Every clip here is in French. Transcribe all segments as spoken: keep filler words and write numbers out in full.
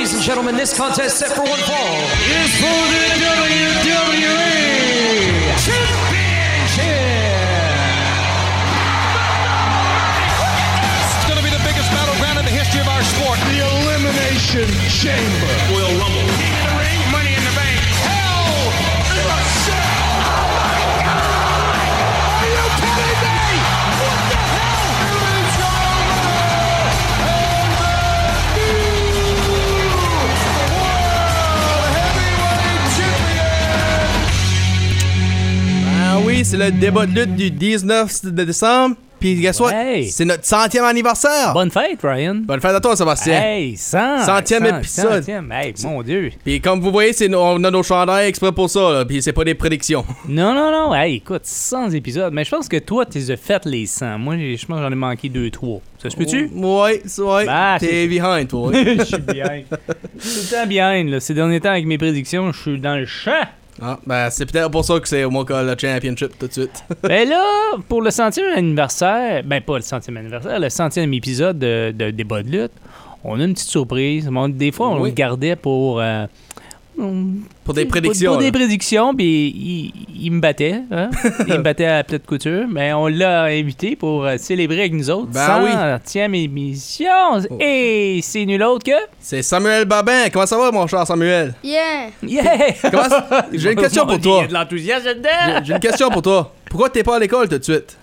ladies and gentlemen, this contest set for one fall is for the W W E Championship. It's going to be the biggest battleground in the history of our sport. The Elimination Chamber. Royal Rumble. King of the Ring, Money in the Bank. Hell in a Cell. Oh my God! Are you kidding me? What the hell? It's over! And the new World Heavyweight Champion! Ah oui, c'est le débat de lutte du dix-neuf décembre. Puis, guess what? Hey. C'est notre centième anniversaire! Bonne fête, Ryan. Bonne fête à toi, Sébastien! Hey, cent! Centième cent, épisode. Centième. Hey, mon Dieu. Puis comme vous voyez, c'est, on a nos chandails exprès pour ça, là. Puis c'est pas des prédictions. Non, non, non. Hey, écoute, cent épisodes. Mais je pense que toi, tu les as fait les cent. Moi, j'ai- je pense que j'en ai manqué deux, trois. Ça se peut-tu? Ouais, c'est ouais. Bah, T'es c'est- behind, toi. Je suis bien. Je suis tout le temps bien, là. Ces derniers temps, avec mes prédictions, je suis dans le champ. Ah, ben c'est peut-être pour ça que c'est au moins le championship tout de suite. Ben là, pour le centième anniversaire, ben pas le centième anniversaire, le centième épisode de, de Débat de lutte, on a une petite surprise. Bon, des fois, on Oui. le gardait pour... euh, Pour des Pour, prédictions. pour des là. prédictions, puis il, il me battait. Hein? Il me battait à la plate couture. Mais on l'a invité pour euh, célébrer avec nous autres. Ben oui. centième émission. Oh. Et c'est nul autre que... C'est Samuel Babin. Comment ça va, mon cher Samuel? Yeah! Yeah! Comment ça- J'ai une question pour Il y toi. a de l'enthousiasme J'ai dedans! j'ai une question pour toi. Pourquoi t'es pas à l'école tout de suite?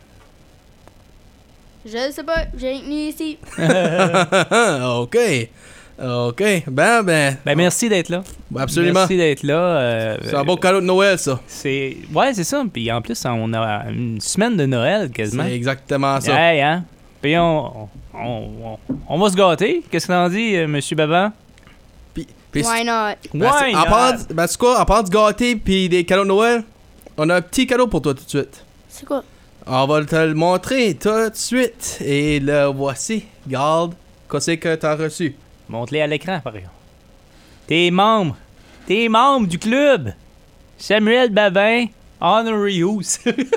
Je sais pas, j'ai venu ici. OK. OK. Ben, ben. Ben merci d'être là. Absolument. Merci d'être là. euh, C'est un beau cadeau de Noël, ça. C'est... Ouais, c'est ça. Puis en plus, on a une semaine de Noël quasiment. C'est exactement ça. Hey, hein? Puis on, on, on, on va se gâter. Qu'est-ce que t'en dis, euh, Monsieur Baban? Puis, puis- Why not? ben, c'est- en part, ben, c'est quoi? En part du gâté puis des cadeaux de Noël, on a un petit cadeau pour toi tout de suite. C'est quoi? On va te le montrer tout de suite. Et le voici. Garde. Qu'est-ce que t'as reçu? Montre-les à l'écran, par exemple. T'es membre. T'es membre du club. Samuel Babin, Honorary Use.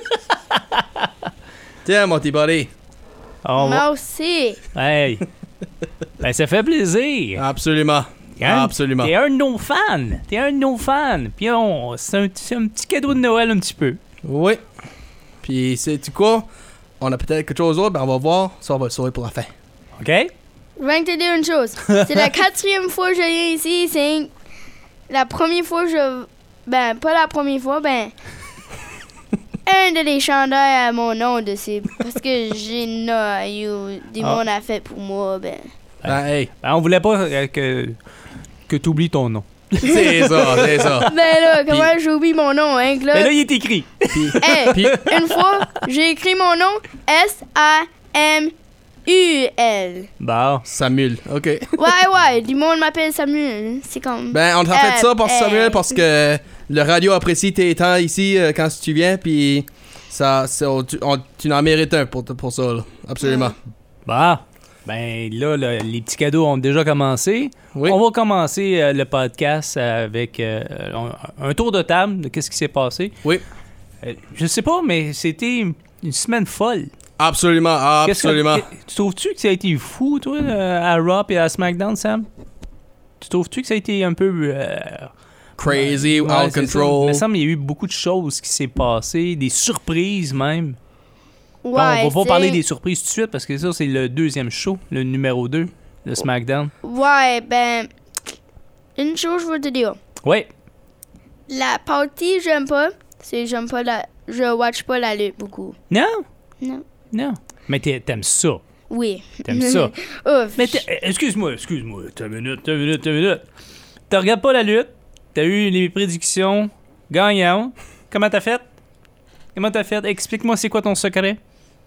Tiens, mon petit buddy. On va- Moi aussi. Hey. Ben, ça fait plaisir. Absolument. Hein? Absolument. T'es un de nos fans. T'es un de nos fans. Puis on... c'est, un, c'est un petit cadeau de Noël un petit peu. Oui. Puis, sais-tu quoi? On a peut-être quelque chose d'autre, ben on va voir. Ça, on va le sauver pour la fin. OK? Je viens de te dire une chose. C'est la quatrième fois que je viens ici. C'est la première fois que je... Ben, pas la première fois, ben... un de les chandails à mon nom dessus. Parce que j'ai non, you, des Ah. monde a fait pour moi, ben... Ben, hey. Ben, on voulait pas euh, que, que t'oublies ton nom. C'est ça, c'est ça. Ben là, comment j'oublie mon nom, hein, que là? Ben là, il est écrit. Puis, Hey, puis, une fois, j'ai écrit mon nom S A M U L. Bon. Samuel. OK. Ouais, ouais, du monde m'appelle Samuel. C'est comme... Ben, on t'a fait ça pour Euh, Samuel euh. parce que le radio apprécie tes temps ici euh, quand tu viens, puis ça, ça, tu, on- tu en mérites un pour, pour ça, là. Absolument. Bon. Ben là, là, les petits cadeaux ont déjà commencé. Oui. On va commencer euh, le podcast avec euh, un, un tour de table de qu'est-ce qui s'est passé. Oui. Euh, je sais pas, mais c'était une, une semaine folle. Absolument, Qu'est-ce que- absolument. qu'est- tu trouves-tu que ça a été fou, toi, euh, à Raw et à SmackDown, Sam? Tu trouves-tu que ça a été un peu... euh, Crazy, ouais, out c'est ça. control. Il me semble qu'il y a eu beaucoup de choses qui s'est passé, des surprises même. Ouais, Bon, on va pas c'est- parler des surprises tout de suite parce que ça, c'est le deuxième show, le numéro deux de SmackDown. Ouais, ben... Une chose, je veux te dire. Ouais. La partie, j'aime pas. C'est j'aime pas la... Je watch pas la lutte beaucoup. Non? Non. Non. Mais t'es- t'aimes ça. Oui. T'aimes ça. Ouf. Mais t'es- euh, excuse-moi, excuse-moi. T'as une minute, t'as une minute, t'as une minute. Tu regardes pas la lutte. T'as eu les prédictions gagnantes. Comment t'as fait? Comment t'as fait? Explique-moi c'est quoi ton secret.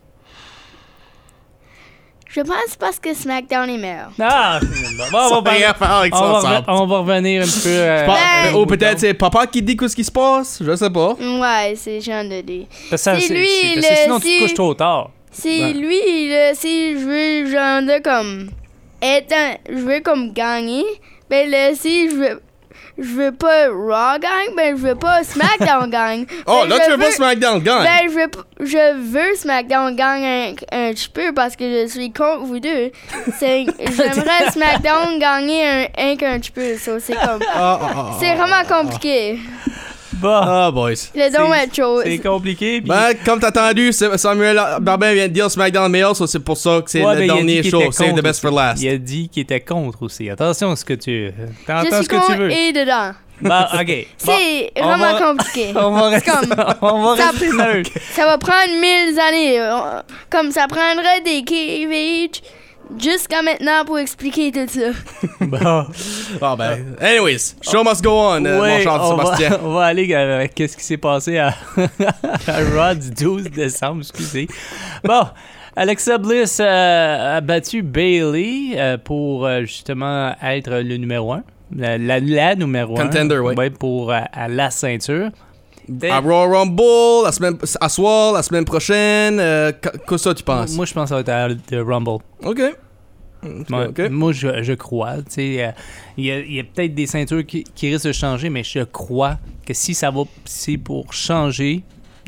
Je pense parce que SmackDown est meilleur. Ah! Bon, on, va parler- rien à faire avec on, ça, va Sam. reven- on va revenir un petit peu. euh, Pas- Ben- Ou peut-être c'est papa qui dit qu'est-ce qui se passe, je sais pas. Ouais, c'est genre de lui. parce que ça, c'est c'est- lui, c'est- le- parce que sinon tu te c'est- couches trop tard. C'est Ouais. lui, là, si je veux genre de comme... Être un- je veux comme gagner, ben là, si je veux... je veux pas Raw gagne, ben je veux pas SmackDown gagne. Oh, Ben, là, je tu veux pas veux- SmackDown gagne? Ben, je veux, p- je veux SmackDown gagne un, un petit peu parce que je suis contre vous deux. C'est, j'aimerais SmackDown gagner un, un qu'un petit peu. So, c'est comme, Ah, ah, ah, c'est vraiment compliqué. Bon, Ah, boys. Le don c'est- est chose. c'est compliqué. Puis... Ben, comme t'as entendu, Samuel Barbin vient de dire SmackDown Male, so c'est pour ça que c'est Ouais, le mais il a dit dernier qu'il show. était Save the contre best for aussi. last. Il a dit qu'il était contre aussi. Attention à ce que tu... Je T'entends suis ce que tu contre veux. et dedans. Bon, OK. C'est on vraiment va- compliqué. On va rester, C'est comme- on va ça- rester neutre. Ça va prendre mille années. euh, Comme ça prendrait des cave jusqu'à maintenant pour expliquer tout ça. Bon. Ah, ben. Anyways, show must go on, euh, Ouais, mon cher on, Sébastien. va, on va aller avec qu'est-ce qui s'est passé à, à Raw du douze décembre, excusez. Bon, Alexa Bliss euh, a battu Bayley euh, pour euh, justement être le numéro un. La, la, la numéro un. Contender, ouais. Ouais, pour euh, à la ceinture. À Royal Rumble, la semaine, à soir, la semaine prochaine, euh, qu- qu'est-ce que tu penses? Moi, je pense que ça va être à The Rumble. OK. Ouais, OK. Moi, je, je crois. Tu sais, euh, il y a, il y a peut-être des ceintures qui, qui risquent de changer, mais je crois que si ça va, c'est pour changer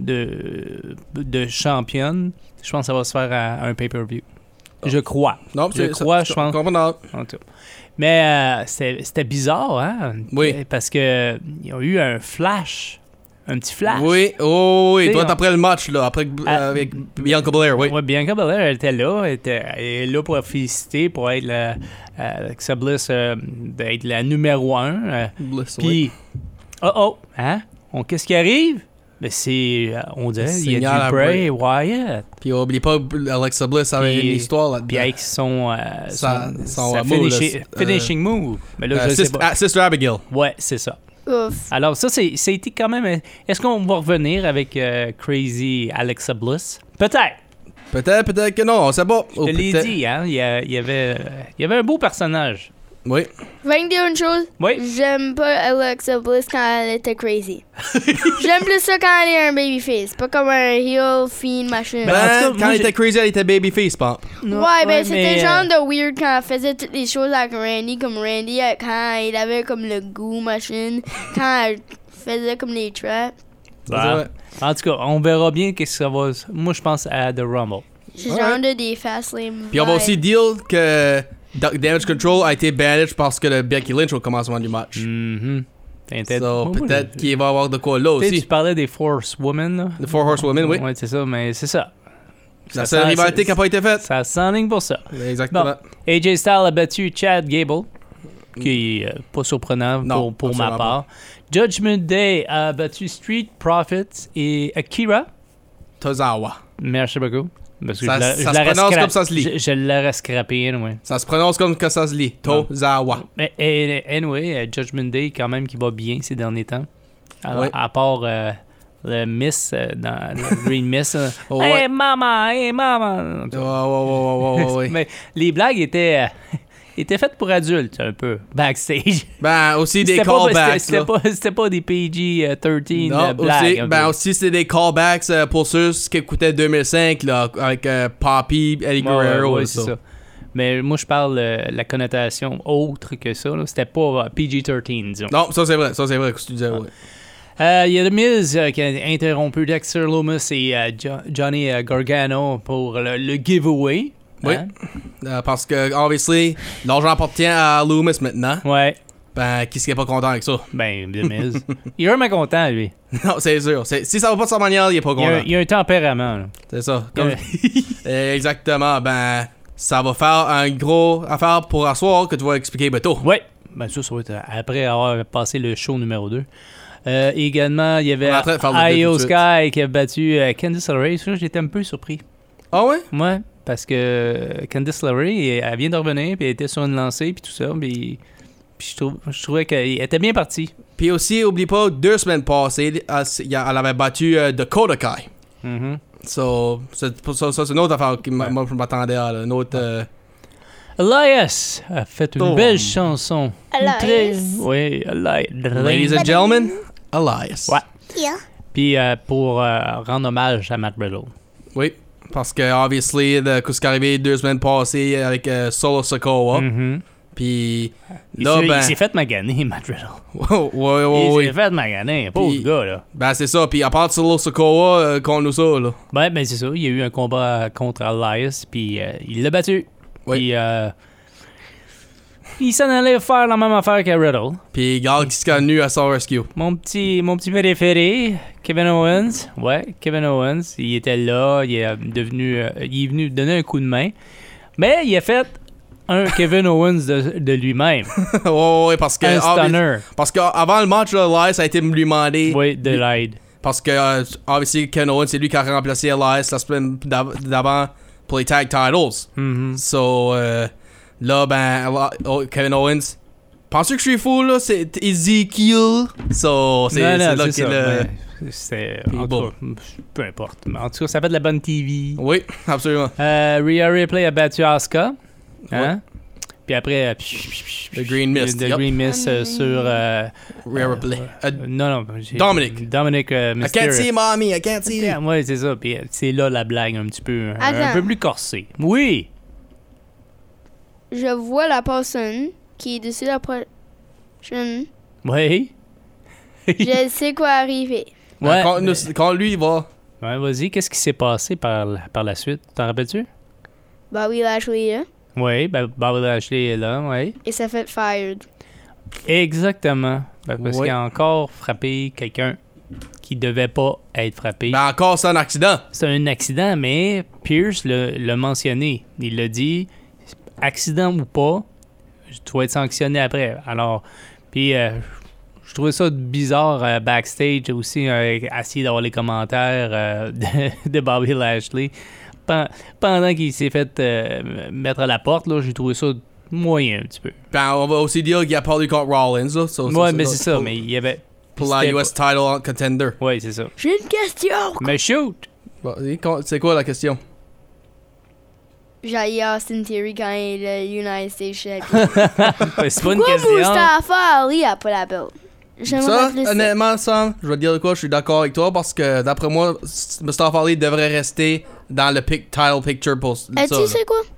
de, de championne, je pense que ça va se faire à, un pay-per-view. Je crois. Non, je c'est- crois, ça- je pense. comprenable. En tout cas. Mais euh, c'était c'était bizarre, hein? Oui. Parce que il y a eu un flash. Un petit flash. Oui, oh, oui, T'sais, toi, on- après le match, là, après, Ah. euh, avec Bianca Belair, oui. Ouais, Bianca Belair, elle était là. Elle était elle est là pour la féliciter, pour être la, euh, Alexa Bliss, euh, d'être la numéro un. euh, Bliss, oui. Puis, oh oh, hein? On, qu'est-ce qui arrive? Ben, c'est, euh, on dirait, il y Signal a à du Bray Wyatt. Puis oublie pas, Alexa Bliss avait Puis- une histoire Puis là-dedans. avec son, euh, Sa- son, son, sa euh, move, là, finishi- c'est- finishing move. Mais là, Euh, je sais Sister, pas. ah, Sister Abigail. Ouais, c'est ça. Ouf. Alors, ça, c'est, ça a été quand même. Est-ce qu'on va revenir avec euh, Crazy Alexa Bliss? Peut-être. Peut-être, peut-être que non, on sait pas. Je te l'ai dit, hein? Il y, a- il y avait, euh, il y avait un beau personnage. Oui. Je vais te dire une chose. Oui. J'aime pas Alexa Bliss quand elle était crazy. J'aime plus ça quand elle est un babyface. Pas comme un heel fiend machin. Ben, en tout cas, Ben, moi, quand elle j'ai- était crazy, elle était babyface, pop. Ouais, ben c'était mais, genre euh, de weird quand elle faisait toutes les choses avec Randy, comme Randy, euh, quand il avait comme le goût machine, quand elle faisait comme les traps. bah, en tout cas, on verra bien qu'est-ce que ça va. Moi, je pense à The Rumble. J'ai Alright. genre de des fast lane. Puis on va aussi dire que Da- Damage Control a été banished parce que le Becky Lynch au commencement du match. Mhm. Peut-être. So, Moi, moi, peut-être je- qu'il va y avoir de quoi là Tu sais, aussi. tu parlais des Force Women, là. The Four Horsewomen, oui. Ouais, c'est ça, mais c'est ça. La Ça seule sent- rivalité qui n'a pas été faite. Ça s'enligne pour ça. Exactement. Bon. A J Styles a battu Chad Gable, qui est euh, pas surprenant Non, pour, pour ma absolument part. Judgment Day a battu Street Profits et Akira. Tozawa. Merci beaucoup. Parce que Ça- je la- ça je se l'aurais prononce scra- comme ça se lit. Je, je l'aurais scrappé, anyway. Ça se prononce comme que ça se lit. Tozawa. Mais eh, anyway, euh, Judgment Day, quand même, qui va bien ces derniers temps. À, Oui. à part euh, le Miss, euh, dans le Green Miss. euh, Oh, hey ouais. mama, hey mama. Ouais, ouais, ouais, ouais, ouais, ouais. Mais les blagues étaient, euh, étaient faites pour adultes, un peu, backstage. Ben, aussi des C'était pas, c'était- callbacks. c'était là. pas, c'était pas des P G treize Non, euh, blagues. aussi, un ben peu. aussi c'était des callbacks euh, pour ceux qui écoutaient deux mille cinq là, avec euh, Poppy, Eddie Ouais, ouais, Guerrero. ouais, et c'est ça. ça. Mais moi, je parle euh, la connotation autre que ça. là. C'était pas euh, P G treize, disons. Non, ça c'est vrai, ça c'est vrai que tu disais, Ah. ouais. Euh, Il y a The Miz euh, qui a interrompu Dexter Lumis et euh, Jo- Johnny euh, Gargano pour le, le giveaway. Oui. Hein? Euh, parce que, obviously, l'argent appartient à Loomis maintenant. Ouais. Ben, qui serait pas content avec ça? Ben, The Miz. Il est vraiment content, lui. Non, c'est sûr. C'est- si ça va pas de sa manière, il est pas Il a, content. il a un tempérament. là. C'est ça. Comme- Euh, Euh, exactement. Ben, ça va faire un gros affaire pour asseoir que tu vas expliquer bientôt. ouais. Ben, ça, ça va être après avoir passé le show numéro deux. Euh, également, il y avait On est en train de faire le deux Io tout de suite. Sky qui a battu euh, Candice LeRae. Ça, j'étais un peu surpris. Ah ouais? Ouais, parce que euh, Candice LeRae, elle vient de revenir, puis elle était sur une lancée, puis tout ça, puis, puis je, trouve, je trouvais qu'elle était bien partie. Puis aussi, oublie pas, deux semaines passées, elle, elle avait battu euh, Dakota Kai. Mhm. So, c'est pour ça, ça, c'est une autre affaire qui m'a- moi je m'attendais à. Là, une autre. euh, Elias a fait une Oh. belle chanson. Une Elias? très- Oui, Elias. Ladies and gentlemen, Elias. Ouais. Yeah. Puis euh, pour euh, rendre hommage à Matt Riddle. Oui. Parce que, obviously, de, ce qui est arrivé deux semaines passées avec euh, Solo Sikoa. Mhm. Puis Il là, s'est- ben. il s'est fait maganer, Matt Riddle. ouais, ouais, ouais, il ouais. s'est fait maganer, pauvre Puis- gars, là. Ben, c'est ça. Puis à part Solo Sokoa, euh, contre nous ça, là. Ben, ben c'est ça. Il y a eu un combat contre Elias, puis euh, il l'a battu. Oui. Puis euh, il s'en allait faire la même affaire que Riddle. Puis regarde qui se calme à son rescue. Mon petit, mon petit préféré, Kevin Owens. Ouais, Kevin Owens. Il était là, il est devenu, euh, il est venu donner un coup de main. Mais il a fait un Kevin Owens de, de lui-même. ouais, ouais, parce que. Un obvi- stunner. Parce qu'avant le match, là, Elias a été lui demander. Oui, de l'aide. Parce que, euh, obviously, Ken Owens, c'est lui qui a remplacé Elias la semaine d'av- d'avant pour les tag titles. Mhm. So, euh, là, ben, Eli- oh, Kevin Owens. Pensez que je suis fou, là? C'est Ezekiel. So, c'est Non, non, c'est là c'est qu'il ça, le. mais C'est. Puis En tout bon. cas, peu importe. Mais en tout cas, ça fait de la bonne T V. Oui, absolument. Euh, Rhea Ripley a battu Asuka. Hein? Puis après, euh, The Green Mist, The yep. Green Mist euh, sur. euh, Rhea Ripley. euh, Uh, non, non. j'ai- Dominic. Dominic euh, I can't Mysterio. see, mommy, I can't see. Yeah, ouais, c'est ça. Puis euh, c'est là la blague un petit peu. Un, un Attends. peu plus corsée. Oui! Je vois la personne qui est dessus la prochaine. Oui! Je sais quoi arriver. Ben, Ouais. quand, nous- quand lui, il va. Ouais, vas-y. Qu'est-ce qui s'est passé par, la- par la suite? T'en rappelles-tu? Bobby Lashley, là. Oui, ben, Bobby Lashley est là, oui. Et ça fait fired. Exactement. Ben, parce Oui. qu'il a encore frappé quelqu'un qui devait pas être frappé. Ben, encore, c'est un accident. C'est un accident, mais Pierce l'a l'a mentionné. Il l'a dit, accident ou pas, tu vas être sanctionné après. Alors, puis euh, je trouvais ça bizarre euh, backstage aussi, euh, assis d'avoir les commentaires euh, de, de Bobby Lashley. Pen- Pendant qu'il s'est fait euh, mettre à la porte, là, j'ai trouvé ça moyen un petit peu. Ben, on va aussi dire qu'il a parlé contre Rollins, là. So, Ouais, so- mais so- c'est ça, pour- mais il y avait... Pour la c'était U S title contender. pas- Ouais, c'est ça. J'ai une question. Mais shoot! Vas-y, con- c'est quoi la question? J'ai Austin Theory quand il est le United States Champion. C'est pas une Pourquoi question. Mustafa Ali a pas la belle? J'aimerais Ça, plus ça. honnêtement, Sam, je vais te dire de quoi, je suis d'accord avec toi parce que d'après moi, S- Mustafa Ali devrait rester dans le pic- title picture pour ça. Eh, tu là. sais quoi?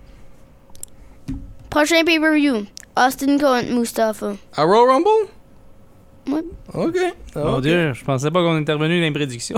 Prochain pay-per-view. Austin contre Mustafa. À Royal Rumble? Ouais. Ok. Mon Ok. Dieu, je pensais pas qu'on était revenu dans les prédictions.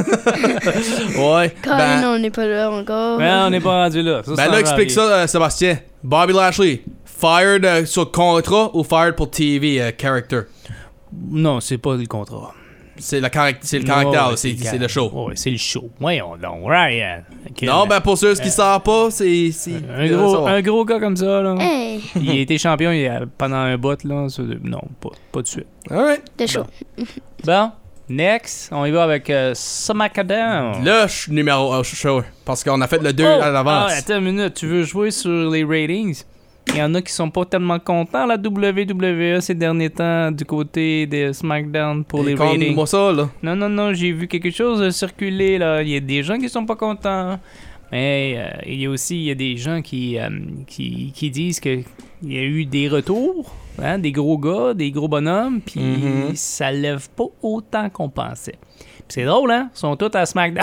Ouais. Quand Ben, on n'est pas là encore. Mais on n'est pas rendu là. Ça, ben c'est là, en explique janvier. ça, euh, Sébastien. Bobby Lashley, fired euh, sur contrat ou fired pour T V euh, character? Non, c'est pas le contrat. C'est le, caract- c'est le caractère, Ouais, là, c'est le c'est le show. Ouais, c'est le show. Voyons donc, Ryan. Ok, Non, mais- ben pour ceux qui ne savent pas, c'est... c'est- un euh, gros, ça va. un gros gars comme ça, là. Hey, Il a été champion il y a- pendant un bout, là. ça- non, pas, pas de suite. Alright. t'es chaud. Bon, next, on y va avec euh, SmackDown. Le ch- numéro un show. Parce qu'on a fait le deux Oh, à l'avance. ah, attends une minute, tu veux jouer sur les ratings? Il y en a qui sont pas tellement contents, la W W E, ces derniers temps, du côté de SmackDown pour les ratings. Moi ça, là. Non, non, non, j'ai vu quelque chose euh, circuler, là. Il y a des gens qui sont pas contents. Mais euh, il y a aussi il y a des gens qui, euh, qui, qui disent que il y a eu des retours, hein, des gros gars, des gros bonhommes, puis Mhm. ça lève pas autant qu'on pensait. Puis c'est drôle, hein? Ils sont tous à SmackDown.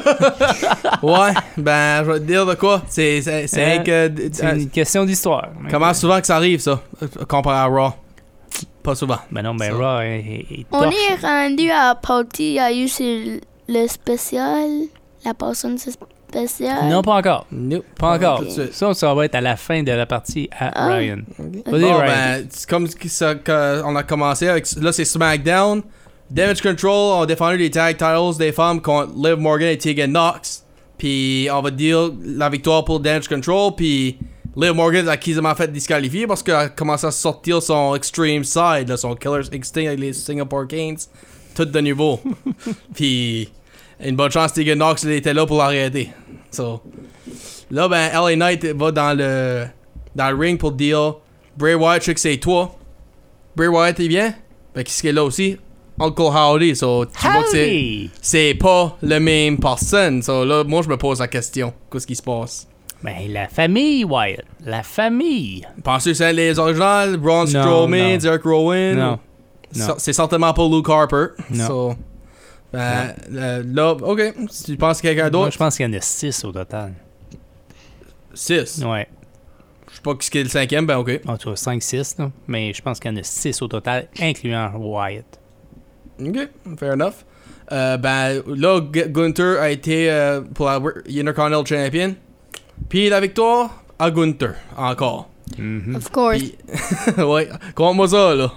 Ouais, ben, je vais te dire de quoi. C'est c'est- c'est Hein? rien que... C'est euh, une question d'histoire. Comment souvent que ça arrive, ça, euh, comparé à Raw? Pas souvent. Ben non, ben Ça. Raw est, est- est On torche. est rendu à partie. Il y a eu sur le spécial. La personne spéciale. Non, pas encore. Nope. Pas encore. Tout de suite. Ça, ça va être à la fin de la partie à Ah. Ryan. Bon, Vas-y, Ryan. ben, c'est comme ce qui- ça qu'on a commencé avec. Là, c'est SmackDown. Damage Control ont défendu les tag titles des femmes contre Liv Morgan et Tegan Knox. Puis, on va dire la victoire pour Damage Control. Puis, Liv Morgan a quasiment fait disqualifier parce qu'elle a commencé à sortir son Extreme Side, là, son Killer's Instinct avec les Singapore Canes. Tout de nouveau. Puis, une bonne chance, Tegan Knox elle était là pour l'arrêter. So, là, ben, L A Knight va dans le, dans le ring pour dire Bray Wyatt, je sais que c'est toi. Bray Wyatt, il vient. Ben, qui est-ce qui est là aussi? Uncle Howdy. So, tu vois que c'est, Howdy! c'est pas le même personne. So, là, moi, je me pose la question. Qu'est-ce qui se passe? Ben, la famille, Wyatt. La famille. Pensez que c'est les originales? Braun Non, Strowman, non. Derek Rowan? Non. Ça- Non. C'est certainement pas Luke Harper. Non. So, ben, euh, là, ok. Si tu penses à quelqu'un Moi, d'autre, je pense qu'il y en a six au total. six. Ouais. Je sais pas qui est le cinquième, ben ok. En tout cas, cinq six, là. Mais je pense qu'il y en a six au total, incluant Wyatt. Ok, fair enough. Euh, ben là, G- Gunther a été euh, pour la Intercontinental Champion. Puis la victoire à Gunther, encore. Mm-hmm. Of course. Puis, ouais, compte-moi ça, là.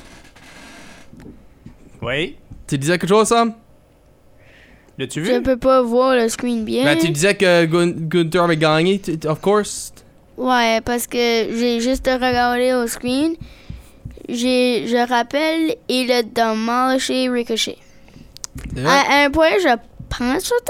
Oui. Tu disais quelque chose, Sam? L'as-tu Je vu? peux pas voir le screen bien. Ben, tu disais que Gun- Gunther avait gagné, t- t- of course. Ouais, parce que j'ai juste regardé au screen. J'ai, je rappelle, il a démolché Ricochet. Ouais. À, à un point, je pense sur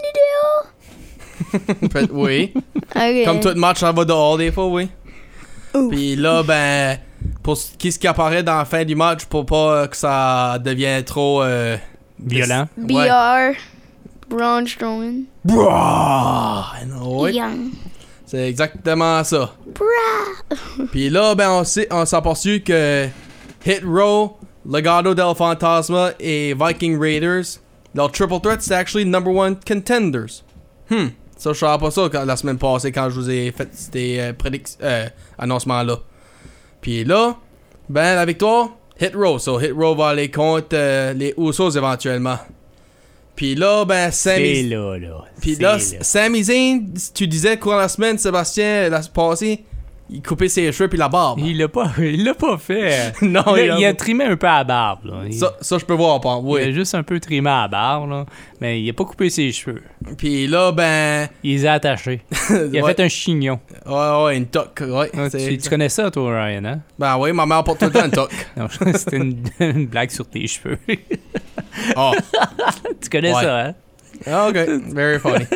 terrain vidéo. Fait- oui. Ok. Comme tout match, ça va dehors des fois, oui. Ouf. Puis là, ben, pour ce qui, ce qui apparaît dans la fin du match, pour pas euh, que ça devienne trop... Euh, Violent. B Ouais. R. Braun Strowman. Brah! Oui, Young. c'est exactement ça. Bra. Puis là, ben, on s'est on s'est aperçu que Hit Row, Legado del Fantasma et Viking Raiders, leur triple threat, c'est actually number one contenders. Hmm. Ça, je savais pas ça quand- la semaine passée quand je vous ai fait ces euh, prédic- euh, annoncements-là. Puis là, ben, la victoire, Hit Row. So, Hit Row va aller contre euh, les Usos éventuellement. Puis là, ben, C'est Sami... là, là. Puis C'est là, Sami Zayn, tu disais courant la semaine, Sébastien, la passée, il coupait ses cheveux puis la barbe. Il l'a pas, il l'a pas fait. Non, il, a, il a- il a trimé un peu à la barbe. Là. Il, Ça, ça je peux voir, pas. il a Oui. juste un peu trimé à la barbe, là. Mais il a pas coupé ses cheveux. Puis là, ben. Il les a attachés. Il a ouais, fait un chignon. ouais, ouais, une toque. Ouais. Ah, c'est- tu, tu connais ça, toi, Ryan, hein? Ben oui, ma mère porte tout le temps une toque. Non, c'était une, une blague sur tes cheveux. Oh. Tu connais Ouais. ça, hein? Ah, ok. Very funny.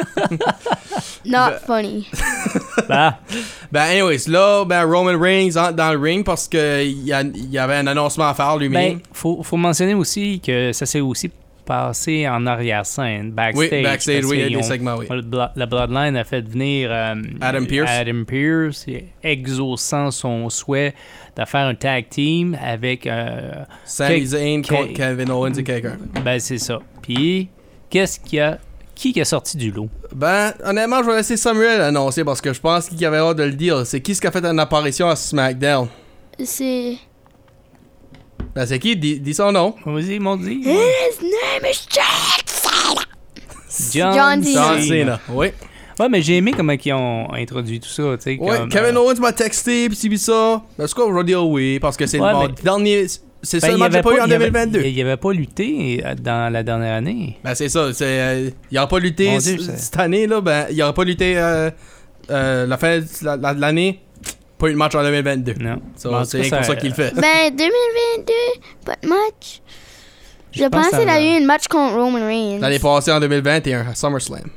Not funny. Bah, Ben, anyways, là, ben, Roman Reigns entre dans le ring parce que il y, a- il y avait un annoncement à faire lui-même. ben, faut, faut mentionner aussi que ça s'est aussi passé en arrière-scène, backstage. oui, backstage, parce oui, il y a qu'ils des ont- segments, oui. Le Blo- La Bloodline a fait venir euh, Adam Pearce. Adam Pearce, exaucant son souhait de faire un tag team avec. euh, Sami Ke- Zayn Ke- contre Kevin Owens et quelqu'un. ben, c'est ça. Puis, qu'est-ce qu'il y a. Qui qui a sorti du lot? Ben, honnêtement, je vais laisser Samuel annoncer parce que je pense qu'il avait hâte de le dire. C'est qui ce qui a fait une apparition à SmackDown? C'est. Ben, c'est qui? Dis, dis son nom. Vas-y, mon dit. His name is Jackson. John, John Cena. John Cena. Oui. Ouais, mais j'ai aimé comment ils ont introduit tout ça, tu sais. Ouais, comme, Kevin euh, Owens m'a texté, pis c'est ça. Ben, c'est quoi, je vais dire oui, parce que c'est Ouais, le mais- dernier. C'est ben, ça le il match que j'ai avait pas eu en il avait- deux mille vingt-deux. Il avait pas lutté euh, dans la dernière année. Ben, c'est ça. C'est, euh, il aura pas lutté Mon c- Dieu, c'est- cette année, là. Ben, il aura pas lutté euh, euh, la fin de la- la- de l'année. Pas eu de match en deux mille vingt-deux. Non. So, Mais en tout c'est cas, rien pour ça qu'il le fait. Ben, deux mille vingt-deux, pas de match. Je, pense pense que qu'il ça a va. eu un match contre Roman Reigns. L'année passée en deux mille vingt et un, à SummerSlam.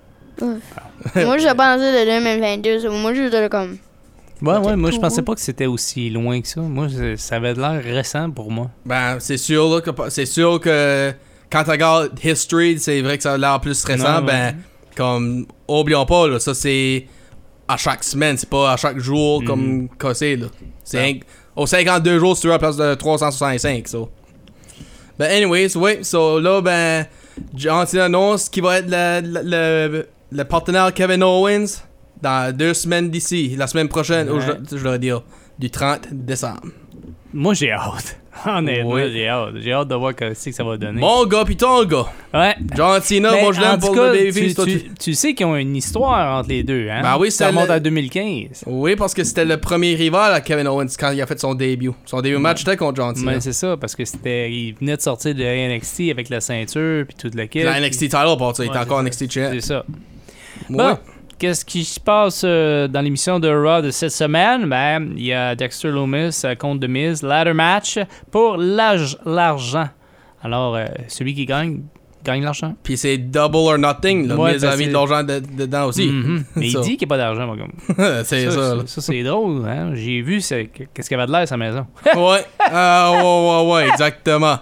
Moi, je pensais de deux mille vingt-deux. so moi, je dirais comme. Ouais, Ok, ouais, moi je cool. pensais pas que c'était aussi loin que ça. Moi, je- ça avait l'air récent pour moi. Ben, c'est sûr, là, que, c'est sûr que quand tu regardes History, c'est vrai que ça a l'air plus récent. Non, ben, ouais. comme, oublions pas, là, ça c'est à chaque semaine, c'est pas à chaque jour comme que c'est, là. C'est Ah. un- aux cinquante-deux jours, c'est à la place de trois cent soixante-cinq, so. Ben, anyways, oui, so là, ben, John Cena annonce qu'il va être le, le, le, le partenaire Kevin Owens dans deux semaines d'ici, la semaine prochaine, ou Ouais. je, je devrais dire, du trente décembre. Moi j'ai hâte. Honnêtement, Oui. j'ai hâte. J'ai hâte de voir que c'est que ça va donner. Mon gars pis ton gars. Ouais. John Cena, Mais moi je en l'aime tout pour cas, le babyface. tu, toi, tu, tu- tu sais qu'ils ont une histoire entre les deux, hein? Ben oui, ça c'est remonte le- à deux mille quinze. Oui, parce que c'était le premier rival à Kevin Owens quand il a fait son début. Son début match était contre John Cena. Mais c'est ça, parce que c'était. Il venait de sortir de N X T avec la ceinture puis toute la Puis kit. la N X T title, pour ça, il Ouais, était encore c'est N X T champ. C'est ça. Ouais. Bon, qu'est-ce qui se passe euh, dans l'émission de Raw de cette semaine? Ben, il y a Dexter Lumis euh, contre The Miz, ladder match pour l'âge- l'argent. Alors, euh, celui qui gagne, gagne l'argent. Puis c'est double or nothing. Là. Ouais, Miz ben a mis c'est- de l'argent de- dedans aussi. Mhm. Mais il Ça. dit qu'il n'y a pas d'argent, moi, comme. c'est ça. ça, là. ça, ça, c'est drôle, hein? J'ai vu c'est- qu'est-ce qu'il y avait de l'air à sa maison. ouais. Ah, ouais, ouais, ouais, exactement.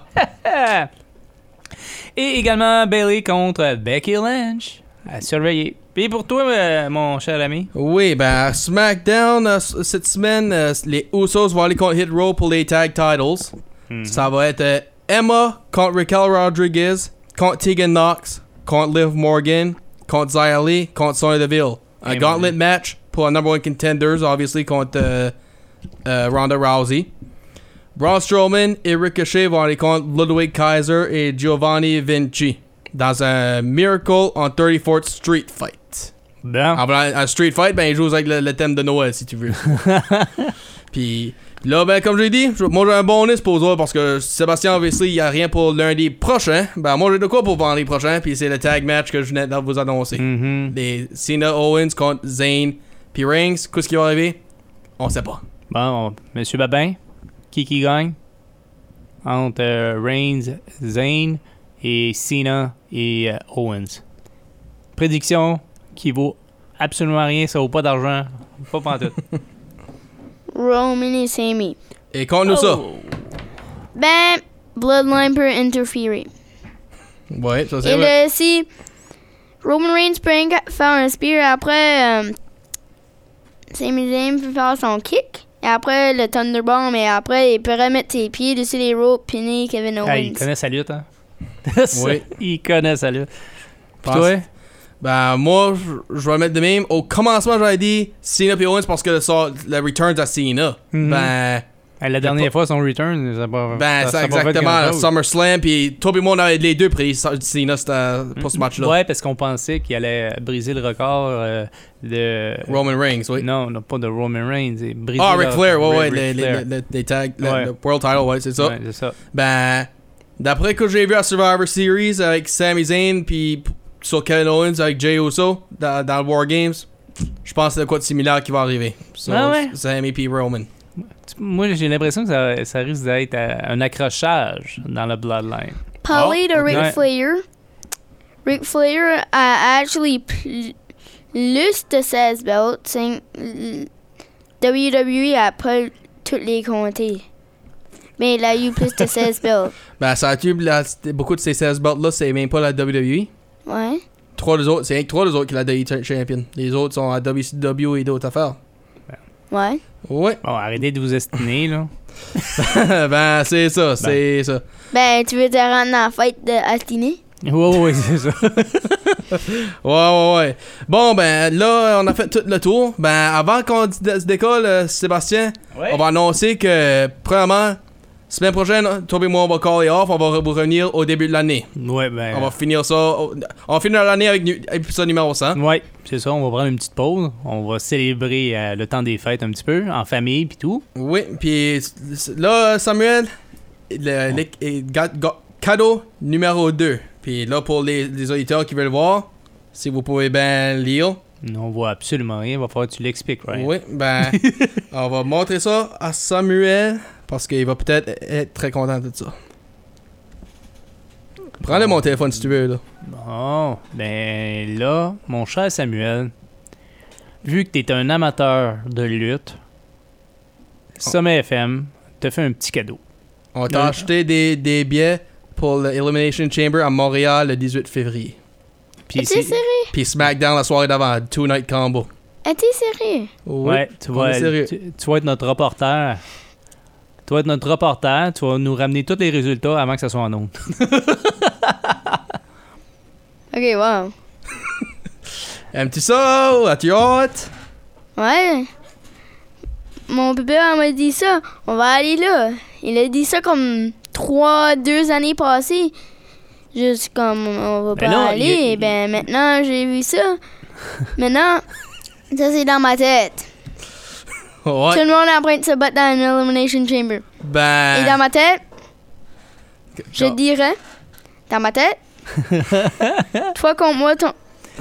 Et également Bailey contre Becky Lynch. À surveiller. Puis pour toi, euh, mon cher ami. Oui, ben, à SmackDown, euh, c- cette semaine, euh, les Usos vont aller contre Hit Row pour les tag titles. Mhm. Ça va être euh, Emma contre Raquel Rodriguez, contre Tegan Knox, contre Liv Morgan, contre Xia Li, contre Sonya Deville. Un Et gauntlet match pour un number one contenders, obviously, contre euh, euh, Ronda Rousey. Braun Strowman et Ricochet vont aller contre Ludwig Kaiser et Giovanni Vinci dans un Miracle on thirty-fourth Street Fight. Bien. En parlant un Street Fight, ben, ils jouent avec le, le thème de Noël, si tu veux. Puis là, ben, comme j'ai dit, moi j'ai un bonus pour eux autres parce que Sébastien, obviously, il n'y a rien pour lundi prochain. Ben, moi j'ai de quoi pour vendredi prochain, puis c'est le tag match que je venais de vous annoncer. Mhm. Les Cena Owens contre Zayn puis Reigns. Qu'est-ce qui va arriver? On sait pas. Bon, Monsieur Babin, qui qui gagne entre euh, Reigns, Zayn et Cena et euh, Owens? Prédiction qui vaut absolument rien, ça vaut pas d'argent, pas pantoute. Roman et Sami. Et contre nous ça. Ben, Bloodline peut interférer. Ouais, ça c'est Et vrai. le, si Roman Reigns peut inca- faire un spear, après, euh, Sami Zayn peut faire son kick. Et après, le Thunderbomb. Et après, il peut remettre ses pieds dessus les ropes, piner Kevin Owens. Ah, il connaît sa lutte, hein? Oui. Il connaît sa lutte. Puis Pense- toi? Ben, moi, je- je vais mettre de même. Au commencement, j'avais dit Cena et Owens parce que le, sort- le return à Cena. Mhm. Ben, Ah, la dernière fois, son return, ça a pas, ben ça- c'est ça a pas fait exactement. grand-chose. SummerSlam, puis toi et moi, on avait les deux pris Cena c'était pour ce match-là. Ouais, parce qu'on pensait qu'il allait briser le record euh, de... Roman Reigns, oui. Non, non, pas de Roman Reigns. c'est briser Ah, le- Ric Flair, ouais, Ric- ouais, Ric les, les, Flair. les, les tags, le, Ouais. le World Title, ouais, c'est ça. Ouais, c'est ça. Ben, d'après que j'ai vu à Survivor Series avec Sami Zayn, puis p- sur Kevin Owens avec Jey Uso dans, dans le War Games, je pense que c'est de quoi de similaire qui va arriver. So, Ah ouais? Sami puis Roman. Moi, j'ai l'impression que ça, ça risque d'être euh, un accrochage dans le Bloodline. Parler Oh, de Ric ouais. Flair. Ric Flair a actually pl- plus de seize belts. C'est- W W E a pas toutes les comptées. Mais il a eu plus de seize belts. Ben, ça a tué la- beaucoup de ces seize belts-là, c'est même pas la W W E. Ouais. Trois des autres, c'est rien que trois des autres qui la W W E Champion. Les autres sont à W C W et d'autres affaires. Ouais. Ouais. Bon, arrêtez de vous estimer, là. Ben, c'est ça, c'est ça. Ben, tu veux te rendre dans la fête de Altini? Oui, oui, c'est ça. Ouais, ouais, ouais. Bon, ben, là, on a fait tout le tour. Ben, avant qu'on d- se décolle, euh, Sébastien, Ouais. on va annoncer que, premièrement, semaine prochaine, toi et moi, on va caller off. On va re- revenir au début de l'année. Ouais, ben... On va finir ça. au- On va finir l'année avec nu- épisode numéro cent. Ouais, c'est ça, on va prendre une petite pause. On va célébrer euh, le temps des fêtes un petit peu, en famille puis tout. Oui, puis là, Samuel, le, le- le- ga- ga- cadeau numéro deux. Puis là, pour les, les auditeurs qui veulent voir, si vous pouvez bien lire. On voit absolument rien, il va falloir que tu l'expliques, right? Oui, ben, on va montrer ça à Samuel parce qu'il va peut-être être très content de ça. Prends-le mon téléphone si tu veux, là. Bon, ben là, mon cher Samuel, vu que t'es un amateur de lutte, Sommet F M te fait un petit cadeau. On t'a Ouais. acheté des, des billets pour le Elimination Chamber à Montréal le dix-huit février. Puis Es-tu c'est- sérieux? Puis SmackDown la soirée d'avant, two night combo. Es-tu sérieux? Oui, Ouais, tu on vas, est sérieux. tu, tu vas être notre reporter. Tu vas être notre reporter, tu vas nous ramener tous les résultats avant que ça soit en ondes. Ok, wow. Aimes-tu ça? As-tu hâte? Ouais. Mon bébé m'a dit ça. On va aller là. Il a dit ça comme trois, deux années passées. Juste comme on va Ben pas non, aller. il- il- Et ben maintenant j'ai vu ça. Maintenant, ça c'est dans ma tête. Tout Ouais. le monde est en train de se battre dans une Elimination Chamber. Ben. Et dans ma tête, je Quand- dirais, dans ma tête, toi contre moi, ton...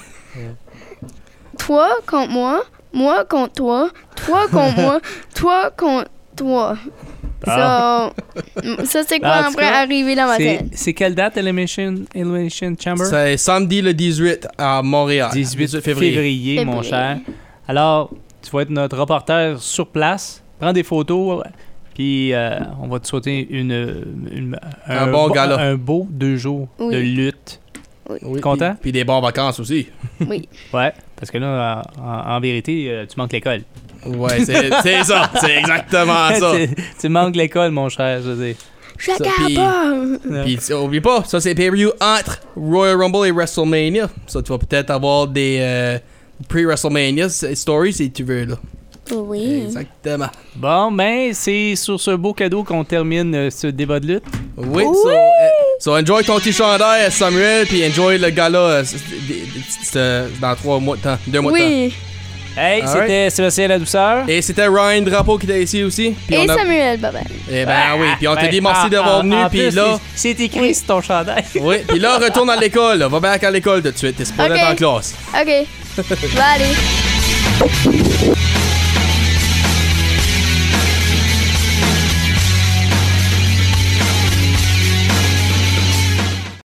toi contre moi, moi contre toi, toi contre moi, toi contre toi. Ah. So, ça c'est quoi Ah, en en tout train cas, d'arriver dans ma C'est, tête? c'est quelle date, Elimination, Elimination Chamber? C'est samedi le dix-huit à Montréal. dix-huit février, mon Février. cher. Alors, tu vas être notre reporter sur place. Prends des photos, puis euh, on va te souhaiter une, une- Un bon bo- gala. Un beau deux jours Oui. de lutte. Oui, Content? Puis, puis des bonnes vacances aussi. Oui. Ouais, parce que là, en, en vérité, euh, tu manques l'école. Ouais, c'est c'est ça. C'est exactement ça. tu, tu manques l'école, mon cher, je veux dire. Je Ça, puis- capable! Puis tu- oublie pas, ça c'est pay-per-view entre Royal Rumble et WrestleMania. Ça, tu vas peut-être avoir des, euh, pre-WrestleMania story si tu veux, là. Oui. Exactement. Bon, ben, c'est sur ce beau cadeau qu'on termine euh, ce débat de lutte. Oui, So, euh, so enjoy ton petit chandail, Samuel, puis enjoy le gala euh, c'est- c'est- c'est dans trois mois de temps, deux mois de Oui. Hey, All c'était Sébastien La Douceur. temps. Et c'était Ryan Drapeau qui était ici aussi. Puis Et on a... Samuel Babin. Eh ben oui, puis on te Ben, dit merci en- d'avoir en- venu, en puis plus, là... C'est c'est écrit sur ton chandail. Oui, puis là, retourne à l'école, là. Va back à l'école tout de suite. T'es supposé Ok. être en classe. OK. Je vais aller.